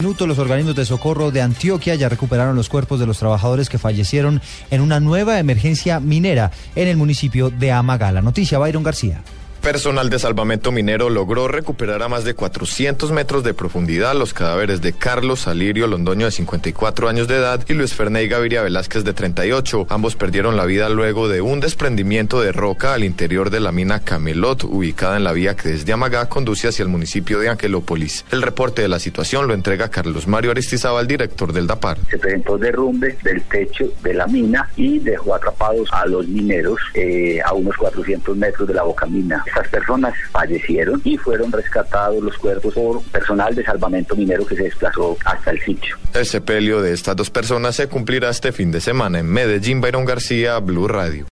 minutos, los organismos de socorro de Antioquia ya recuperaron los cuerpos de los trabajadores que fallecieron en una nueva emergencia minera en el municipio de Amagala. Noticia, Byron García. Personal de salvamento minero logró recuperar a más de 400 metros de profundidad los cadáveres de Carlos Alirio Londoño, de 54 años de edad, y Luis Ferney Gaviria Velázquez, de 38. Ambos perdieron la vida luego de un desprendimiento de roca al interior de la mina Camelot, ubicada en la vía que desde Amagá conduce hacia el municipio de Angelópolis. El reporte de la situación lo entrega Carlos Mario Aristizábal, director del DAPAR. Se presentó derrumbe del techo de la mina y dejó atrapados a los mineros a unos 400 metros de la boca mina. Estas personas fallecieron y fueron rescatados los cuerpos por personal de salvamento minero que se desplazó hasta el sitio. El sepelio de estas dos personas se cumplirá este fin de semana en Medellín. Byron García, Blue Radio.